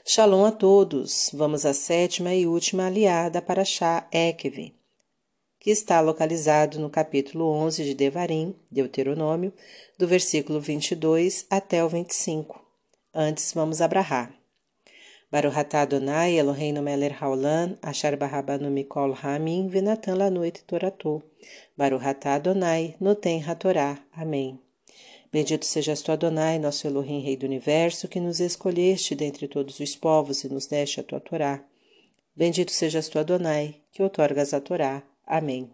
Shalom a todos! Vamos à sétima e última aliada para Parashá Ekev, que está localizado no capítulo 11 de Devarim, Deuteronômio, do versículo 22 até o 25. Antes, vamos abrahar. Baruch atah Adonai Eloheinu melech haolam, asher barabanu mikol ha'amim venatan lanu et torato. Baruch atah Adonai noten hatorá. Amém. Bendito sejas tu, Adonai, nosso Elohim, Rei do Universo, que nos escolheste dentre todos os povos e nos deste a tua Torá. Bendito sejas tu, Adonai, que outorgas a Torá. Amém.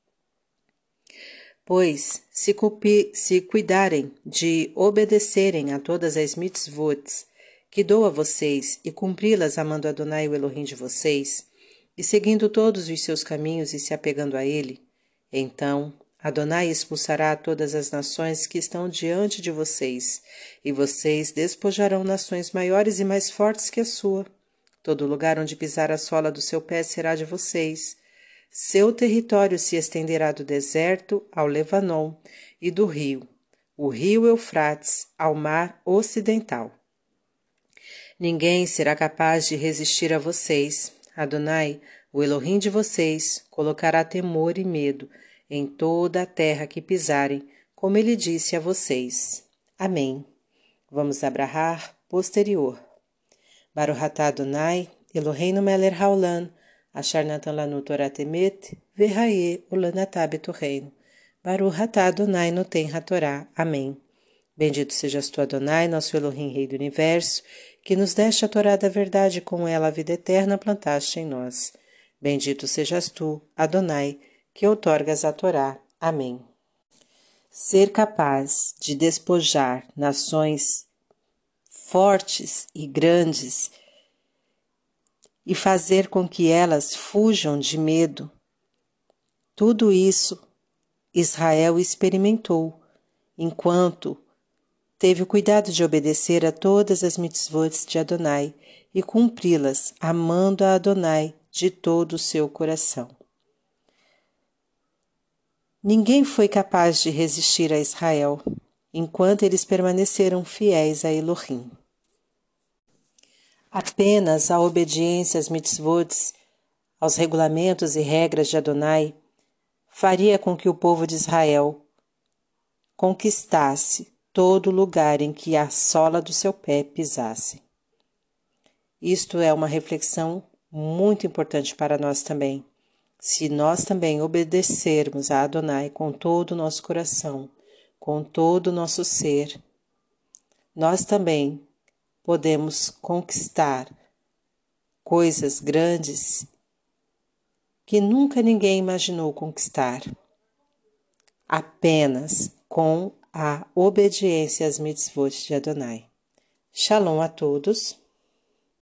Pois, se cuidarem de obedecerem a todas as mitzvot que dou a vocês e cumpri-las amando Adonai, o Elohim de vocês, e seguindo todos os seus caminhos e se apegando a ele, então Adonai expulsará todas as nações que estão diante de vocês, e vocês despojarão nações maiores e mais fortes que a sua. Todo lugar onde pisar a sola do seu pé será de vocês. Seu território se estenderá do deserto ao Lebanon e do rio, o rio Eufrates, ao mar ocidental. Ninguém será capaz de resistir a vocês. Adonai, o Elohim de vocês, colocará temor e medo em toda a terra que pisarem, como ele disse a vocês. Amém. Vamos abrahar posterior. Baruch atah Adonai, Eloheinu melech haolam, asher natan lanu Torah temet, vehaye ulan atah betorreinu. Baruch atah Adonai noten hatorá. Amém. Bendito sejas tu, Adonai, nosso Elohim, Rei do Universo, que nos deste a Torá da verdade e com ela a vida eterna plantaste em nós. Bendito sejas tu, Adonai, que outorgas a Torá. Amém. Ser capaz de despojar nações fortes e grandes e fazer com que elas fujam de medo, tudo isso Israel experimentou, enquanto teve o cuidado de obedecer a todas as mitzvot de Adonai e cumpri-las, amando a Adonai de todo o seu coração. Ninguém foi capaz de resistir a Israel, enquanto eles permaneceram fiéis a Elohim. Apenas a obediência às mitzvot, aos regulamentos e regras de Adonai, faria com que o povo de Israel conquistasse todo lugar em que a sola do seu pé pisasse. Isto é uma reflexão muito importante para nós também. Se nós também obedecermos a Adonai com todo o nosso coração, com todo o nosso ser, nós também podemos conquistar coisas grandes que nunca ninguém imaginou conquistar, apenas com a obediência às mitzvot de Adonai. Shalom a todos.